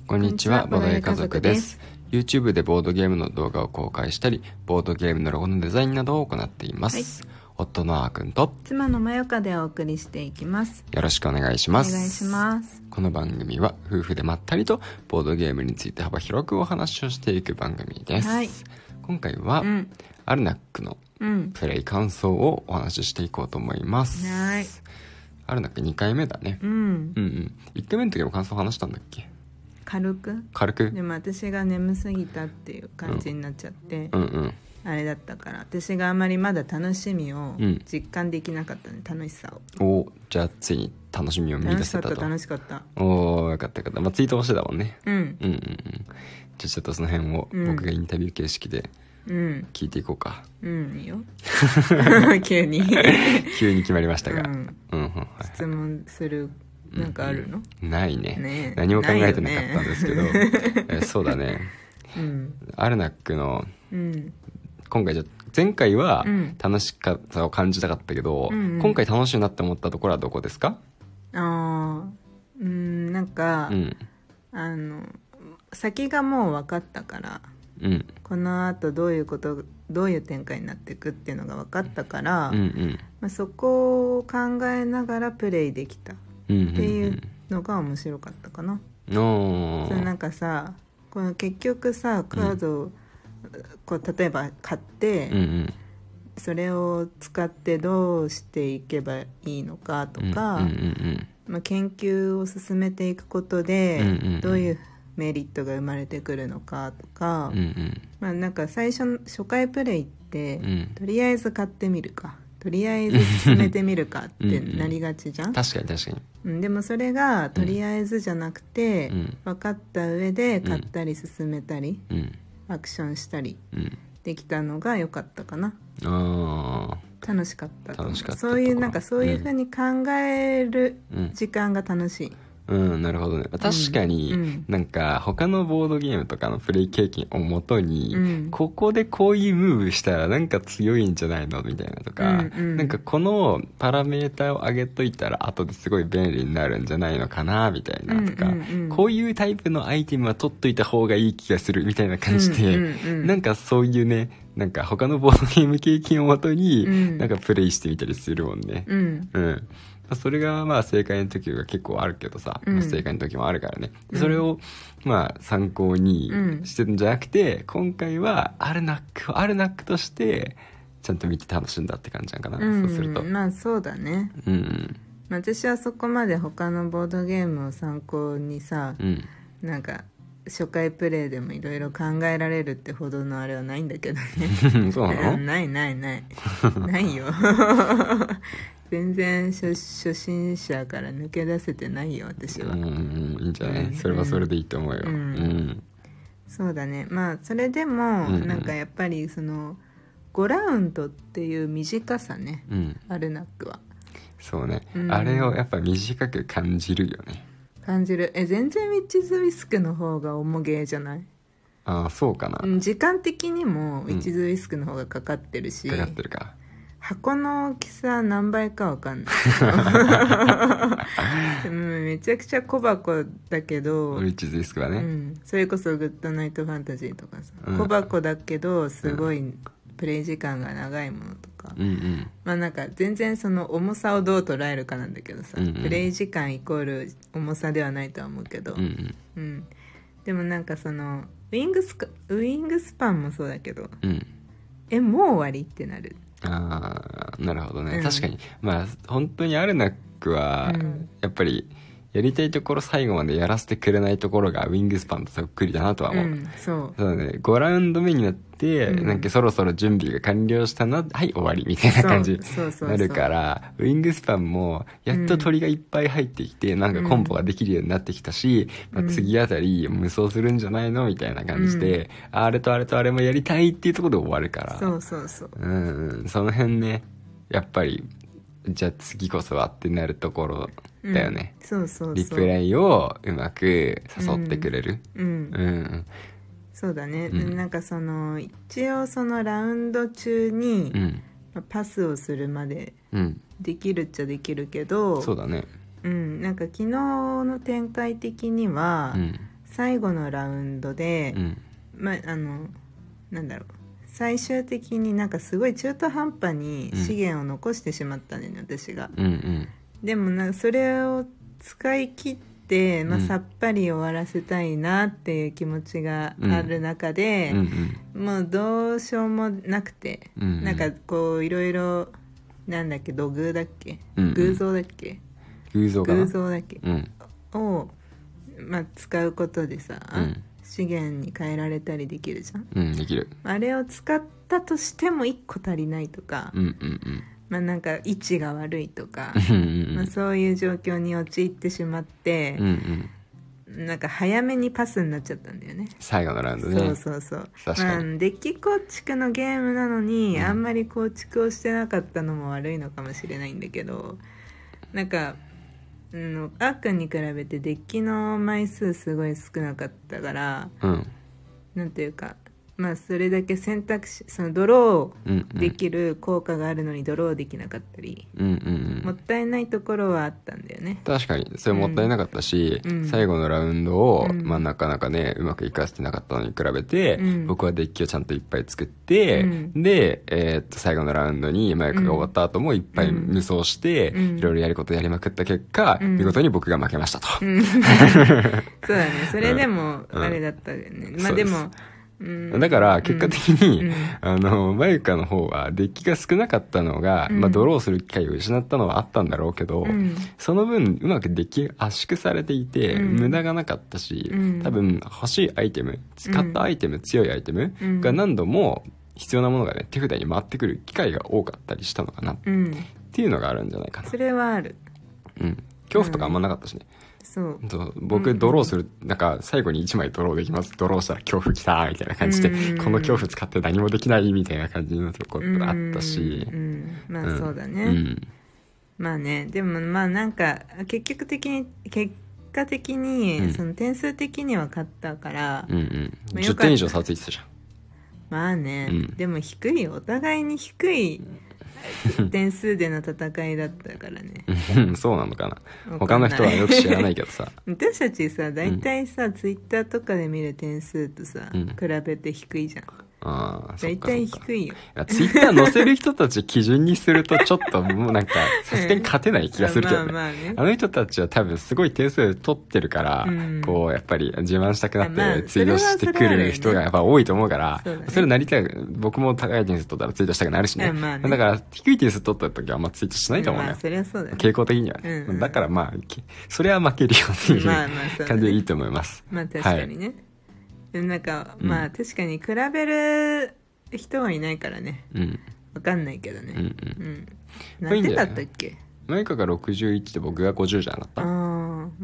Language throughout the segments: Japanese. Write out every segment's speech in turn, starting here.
こんにちは、ボードゲー家族です。YouTube でボードゲームの動画を公開したり、ボードゲームのロゴのデザインなどを行っています。はい、夫のあーくんと妻のまよかでお送りしていきます。 よろしくお願いします。 お願いします。 この番組は夫婦でまったりとボードゲームについて幅広くお話をしていく番組です。はい、今回は、アルナックのプレイ感想をお話ししていこうと思います。 はい。 アルナック2回目だね。1回目の時も感想話したんだっけ？軽くでも私が眠すぎたっていう感じになっちゃって、あれだったから私があまりまだ楽しみを実感できなかったね、楽しさを。 じゃあついに楽しみを見出せたと。 楽しかった。 よかったよかった。ツイートもしてたもんね。じゃあちょっとその辺を僕がインタビュー形式で聞いていこうか。 いいよ急に決まりましたが、 質問するなんかあるの？ ないね。何も考えてなかったんですけど、そうだね。アルナックの、今回前回は楽しかったを感じたかったけど、今回楽しいなって思ったところはどこですか？ なんか、先がもう分かったから、このあとどういう展開になっていくっていうのが分かったから、そこを考えながらプレイできたっていうのが面白かったかな。それなんかさ、この結局さカードを例えば買って、それを使ってどうしていけばいいのかとか、研究を進めていくことでどういうメリットが生まれてくるのかとか、なんか初回プレイって、とりあえず買ってみるか、とりあえず進めてみるかってなりがちじゃん。 確かに、 でもそれがとりあえずじゃなくて、分かった上で買ったり進めたり、アクションしたりできたのが良かったかな。楽しかったそういう風に考える時間が楽しい。 なるほどね。確かに、なんか他のボードゲームとかのプレイ経験をもとに、ここでこういうムーブしたらなんか強いんじゃないのみたいなとか、なんかこのパラメータを上げといたら後ですごい便利になるんじゃないのかなみたいなとか、こういうタイプのアイテムは取っといた方がいい気がするみたいな感じで、なんかそういうね、なんか他のボードゲーム経験をもとに、なんかプレイしてみたりするもんね。それがまあ正解の時が結構あるけどさ、不正解の時もあるからね。それをまあ参考にしてるんじゃなくて、今回はアルナックをアルナックとしてちゃんと見て楽しんだって感じなんかな。そうするとまあそうだね。私はそこまで他のボードゲームを参考にさ、なんか初回プレイでもいろいろ考えられるってほどのあれはないんだけどね。 そうなの？ ないないよ全然初心者から抜け出せてないよ私は。いいんじゃない、それはそれでいいと思うよ。 そうだね。まあそれでも、なんかやっぱりその5ラウンドっていう短さね、アルナックは。そうね、 あれをやっぱ短く感じるよね。 感じる。全然ウィッチズウィスクの方が重ゲーじゃない？ そうかな。 時間的にもウィッチズウィスクの方がかかってるし、 かかってるか。 箱の大きさ何倍かわかんないめちゃくちゃ小箱だけど、 ウィッチズウィスクはね、 それこそグッドナイトファンタジーとかさ、小箱だけどすごいプレイ時間が長いものとか、まあなんか全然その重さをどう捉えるかなんだけどさ、プレイ時間イコール重さではないとは思うけど、でもなんかそのウィングスパンもそうだけど、もう終わりってなる。 なるほどね、確かに。まあ本当にアルナックはやっぱりやりたいところ最後までやらせてくれないところがウィングスパンとそっくりだなとは思う。そうだね。5ラウンド目になって、なんかそろそろ準備が完了したな、はい終わりみたいな感じになるから、ウィングスパンもやっと鳥がいっぱい入ってきて、なんかコンボができるようになってきたし、次あたり無双するんじゃないのみたいな感じで、あれとあれとあれもやりたいっていうところで終わるから、その辺ね、やっぱりじゃあ次こそはってなるところだよね。リプレイをうまく誘ってくれる。そうだね。なんかその一応そのラウンド中にパスをするまでできるっちゃできるけど、 そうだね。 なんか昨日の展開的には、 最後のラウンドで、なんだろう、最終的になんかすごい中途半端に資源を残してしまったんだよね、私が。でもなんかそれを使い切って、さっぱり終わらせたいなっていう気持ちがある中で、もうどうしようもなくて、なんかこういろいろ、なんだっけ、土偶だっけ、偶像だっけ、 偶像かな、 偶像だっけ、を、使うことでさ、資源に変えられたりできるじゃん。 できる。 あれを使ったとしても1個足りないとか、なんか位置が悪いとかそういう状況に陥ってしまって、なんか早めにパスになっちゃったんだよね、 最後のラウンドね。 そう。デッキ構築のゲームなのに、あんまり構築をしてなかったのも悪いのかもしれないんだけど、なんかあーくんに比べてデッキの枚数すごい少なかったから、なんていうか、それだけ選択肢、そのドローできる効果があるのにドローできなかったり、もったいないところはあったんだよね。 確かにそれもったいなかったし、最後のラウンドを、なかなかねうまくいかせてなかったのに比べて、僕はデッキをちゃんといっぱい作って、で、最後のラウンドにマイクが終わった後もいっぱい無双して、いろいろやることやりまくった結果、見事に僕が負けましたと。 そうだね、それでもあれだったよね。でもだから結果的に、マユカの方はデッキが少なかったのが、ドローする機会を失ったのはあったんだろうけど、その分うまくデッキが圧縮されていて、無駄がなかったし、多分欲しいアイテム、使ったアイテム、強いアイテムが何度も必要なものがね手札に回ってくる機会が多かったりしたのかな、っていうのがあるんじゃないかな。 それはある。 恐怖とかあんまなかったしね。 そう僕ドローする、なんか最後に1枚ドローできます、ドローしたら恐怖きたみたいな感じで、この恐怖使って何もできないみたいな感じのところあったし、 そうだね、でもなんか結果的に、その点数的には勝ったから、 10点以上差ついてたじゃん。でも低い、お互いに低い点数での戦いだったからね。 そうなのかな、他の人はよく知らないけどさ私たちさ、大体さ、ツイッターとかで見る点数とさ、比べて低いじゃん。大体低いよ。 ツイッター載せる人たち基準にするとちょっともうなんかさすがに勝てない気がするけどね。あの人たちは多分すごい点数取ってるから、こうやっぱり自慢したくなってツイートしてくる人がやっぱ多いと思うから、それなりたい。僕も高い点数取ったらツイートしたくなるしね。だから低い点数取った時はあんまツイートしないと思うね。傾向的にはね。だからそれは負けるよっていう感じでいいと思います。 確かにね。なんか確かに比べる人はいないからね、分かんないけどね。何点だったっけ。 マイカが61で僕が50じゃなかった。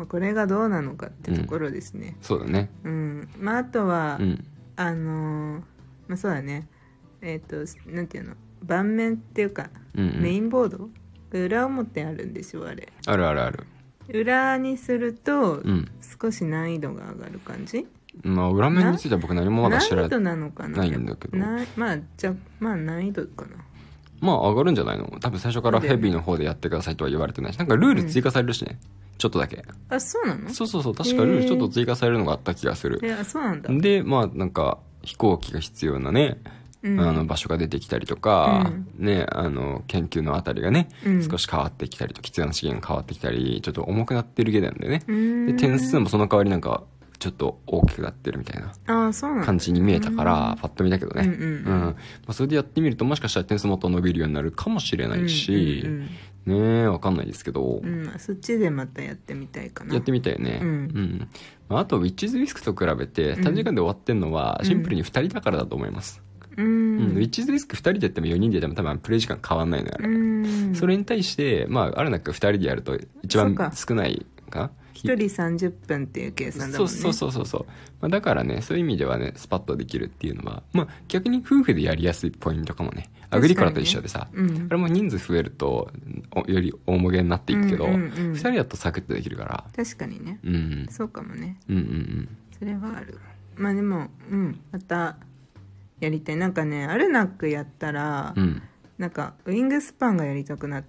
これがどうなのかってところですね。 そうだね。 あとはそうだね、なんていうの、盤面っていうか、メインボード裏表あるんでしょ、あれ。 あるあるある。 裏にすると少し難易度が上がる感じ。 裏面については僕何もまだ知らないんだけど。 難易度かな。 上がるんじゃないの。多分最初からヘビーの方でやってくださいとは言われてないし、なんかルール追加されるしね、ちょっとだけ。 そうなの。 そう確かルールちょっと追加されるのがあった気がする。 そうなんだ。 でなんか飛行機が必要なね、場所が出てきたりとか、研究のあたりがね、少し変わってきたりと、必要な資源が変わってきたり、ちょっと重くなってるゲーなんでね。で点数もその代わりなんかちょっと大きくなってるみたいな感じに見えたから、パッと見だけどね。それでやってみるともしかしたら点数もっと伸びるようになるかもしれないし、わかんないですけど、 そっちでまたやってみたいかな。 やってみたいよね。あとウィッチズリスクと比べて短時間で終わってんのはシンプルに2人だからだと思います。ウィッチズリスク2人でやっても4人でやっても多分プレイ時間変わんないのよ。それに対してあるなく2人でやると一番少ないかな。 1人30分っていう計算だもんね。 そうだからね、そういう意味ではねスパッとできるっていうのは逆に夫婦でやりやすいポイントかもね。アグリコラと一緒でさ、あれも人数増えるとより大もげになっていくけど、2人だとサクッとできるから。 確かにね、そうかもね。それはある。でもまたやりたい。なんかね、アルナックやったら、 なんかウィングスパンがやりたくなった。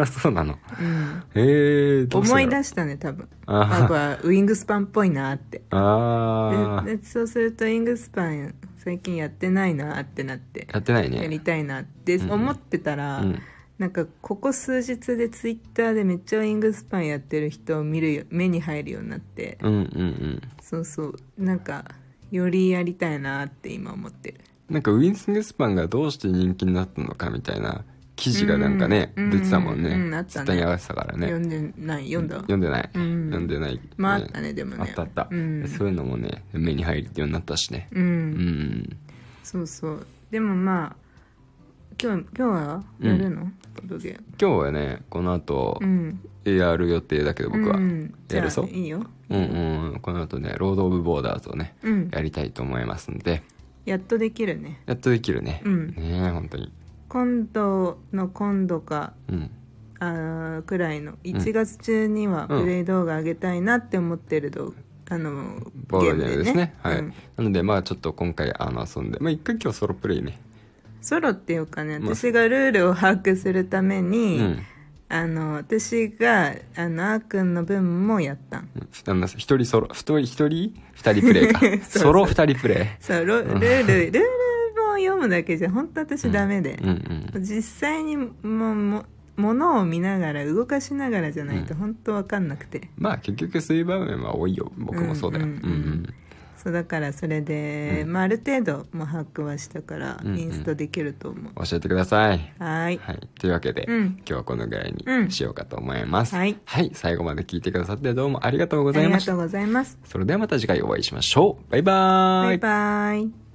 そうなの。 うん。 どう思い出したね多分。なんかウィングスパンっぽいなって。でそうするとウィングスパン最近やってないなってなって。 やってないね。 やりたいなって思ってたら、なんかここ数日でツイッターでめっちゃウィングスパンやってる人を見るよ、目に入るようになって。そうそう、なんかよりやりたいなって今思ってる。 なんかウィングスパンがどうして人気になったのかみたいな記事がなんかね、出てたもんね。ツイッターに合わせたからね。 読んでない。読んだ？ 読んでない。読んでない。 まああったね、でもね。 あった。そういうのもね、目に入るようになったしね。 そうそう。でもまあ、今日はやるの？ボドゲーム。 今日はね、この後、やる予定だけど僕は。やるそう？ いいよ。 この後ね、ロード・オブ・ボーダーズをね、やりたいと思いますんで。 やっとできるね。 やっとできるね。ね、本当に。 今度か、くらいの1月中にはプレイ動画上げたいなって思ってるボードゲームですね。はい。なのでまあちょっと今回遊んで、まあ一回今日ソロプレイね。 ソロっていうかね、私がルールを把握するために、私があーくんの分もやったん。 一人ソロ、二人プレイか。ソロ二人プレイ。 そう、ルールを読むだけじゃ本当私ダメで、実際にものを見ながら動かしながらじゃないと本当分かんなくて、 まあ結局そういう場面は多いよ。僕もそうだよ。 そうだからそれで、ある程度も把握はしたからインストできると思う。 教えてください。 はい。 というわけで、今日はこのぐらいにしようかと思います。はい。最後まで聞いてくださってどうもありがとうございました。 ありがとうございます。 それではまた次回お会いしましょう。バイバーイ。 バイバーイ。